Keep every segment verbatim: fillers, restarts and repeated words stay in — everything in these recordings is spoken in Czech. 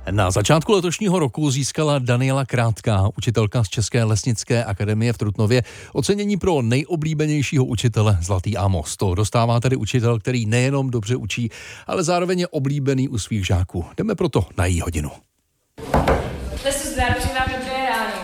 Na začátku letošního roku získala Daniela Krátká, učitelka z České lesnické akademie v Trutnově, ocenění pro nejoblíbenějšího učitele Zlatý Amos. To dostává tedy učitel, který nejenom dobře učí, ale zároveň je oblíbený u svých žáků. Jdeme proto na její hodinu. Lesu zdar, přeji vám dobré ráno.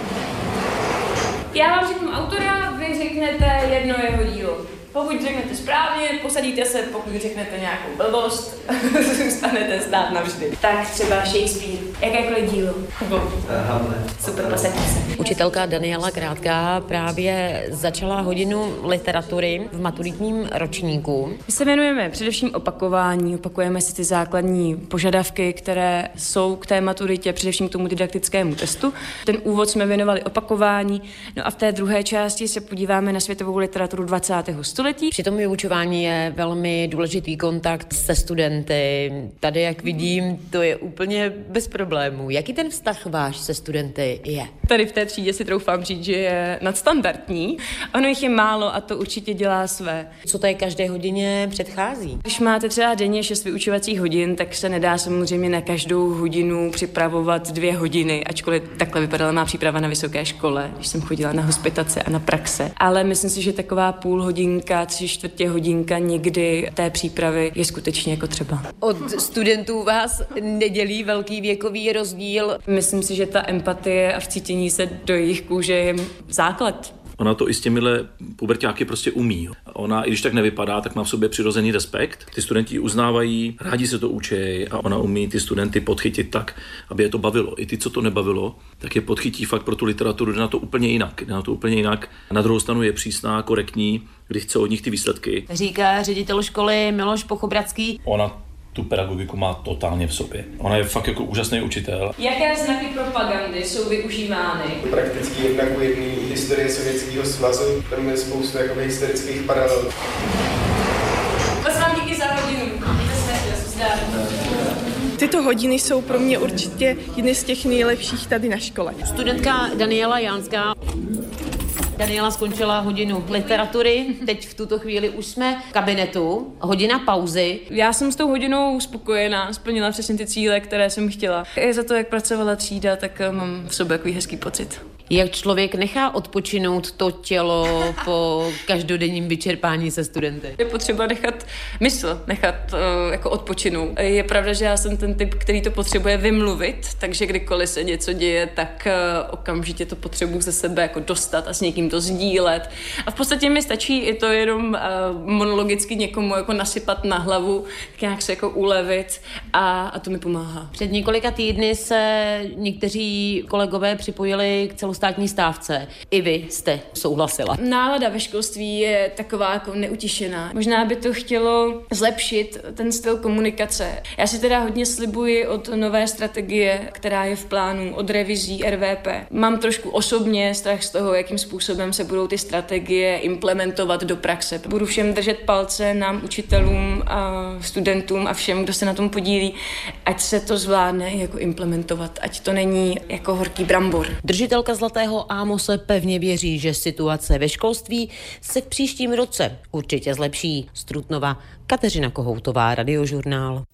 Já vám řeknu autora, vy řeknete jedno jeho dílo. Pokud řeknete správně, posadíte se, pokud řeknete nějakou blbost, zůstanete stát navždy. Tak třeba Shakespeare, jakékoliv dílo. Super, posadí se. Učitelka Daniela Krátká právě začala hodinu literatury v maturitním ročníku. My se věnujeme především opakování, opakujeme si ty základní požadavky, které jsou k té maturitě, především k tomu didaktickému testu. Ten úvod jsme věnovali opakování, no a v té druhé části se podíváme na světovou literaturu dvacátého století. Při tom vyučování je velmi důležitý kontakt se studenty. Tady, jak vidím, to je úplně bez problémů. Jaký ten vztah váš se studenty je? Tady v té třídě si troufám říct, že je nadstandardní. Ono jich je málo a to určitě dělá své. Co té každé hodině předchází? Když máte třeba denně šest vyučovacích hodin, tak se nedá samozřejmě na každou hodinu připravovat dvě hodiny, ačkoliv takhle vypadala má příprava na vysoké škole, když jsem chodila na hospitace a na praxe. Ale myslím si, že taková půl hodinka, tři čtvrtě hodinka někdy té přípravy je skutečně jako třeba. Od studentů vás nedělí velký věkový rozdíl? Myslím si, že ta empatie a vcítění se do jejich kůže je základ. Ona to i s těmihle puberťáky prostě umí. Ona, i když tak nevypadá, tak má v sobě přirozený respekt. Ty studenti uznávají, rádi se to učí a ona umí ty studenty podchytit tak, aby je to bavilo. I ty, co to nebavilo, tak je podchytí fakt pro tu literaturu, jde na to úplně jinak. Jde na to úplně jinak. Na druhou stranu je přísná, korektní, kdy chce od nich ty výsledky. Říká ředitel školy Miloš Pochobradský. Ona tu pedagogiku má totálně v sobě. Ona je fakt jako úžasný učitel. Jaké znaky propagandy jsou využívány? Prakticky jedna ku jedné historie Sovětského svazu, tam je spoustu jakoby historických paralel. Moc vám díky za hodinu. Mějte se, zdar. Tyto hodiny jsou pro mě určitě jedny z těch nejlepších tady na škole. Studentka Daniela Jánská. Daniela skončila hodinu literatury, teď v tuto chvíli už jsme v kabinetu, hodina pauzy. Já jsem s tou hodinou spokojená, splnila přesně ty cíle, které jsem chtěla. I za to, jak pracovala třída, tak mám v sobě takový hezký pocit. Jak člověk nechá odpočinout to tělo po každodenním vyčerpání se studenty? Je potřeba nechat mysl, nechat uh, jako odpočinout. Je pravda, že já jsem ten typ, který to potřebuje vymluvit, takže kdykoliv se něco děje, tak uh, okamžitě to potřebuji ze sebe jako dostat a s někým to sdílet. A v podstatě mi stačí i to jenom uh, monologicky někomu jako nasypat na hlavu, nějak se jako ulevit a, a to mi pomáhá. Před několika týdny se někteří kolegové připojili k celostátní stávce. I vy jste souhlasila. Nálada ve školství je taková jako neutišená. Možná by to chtělo zlepšit ten styl komunikace. Já si teda hodně slibuji od nové strategie, která je v plánu, od revizí R V P. Mám trošku osobně strach z toho, jakým způsobem se budou ty strategie implementovat do praxe. Budu všem držet palce, nám, učitelům a studentům a všem, kdo se na tom podílí, ať se to zvládne jako implementovat, ať to není jako horký brambor. Držitelka Zlatého Ámose pevně věří, že situace ve školství se v příštím roce určitě zlepší. Z Trutnova Kateřina Kohoutová, Radiožurnál.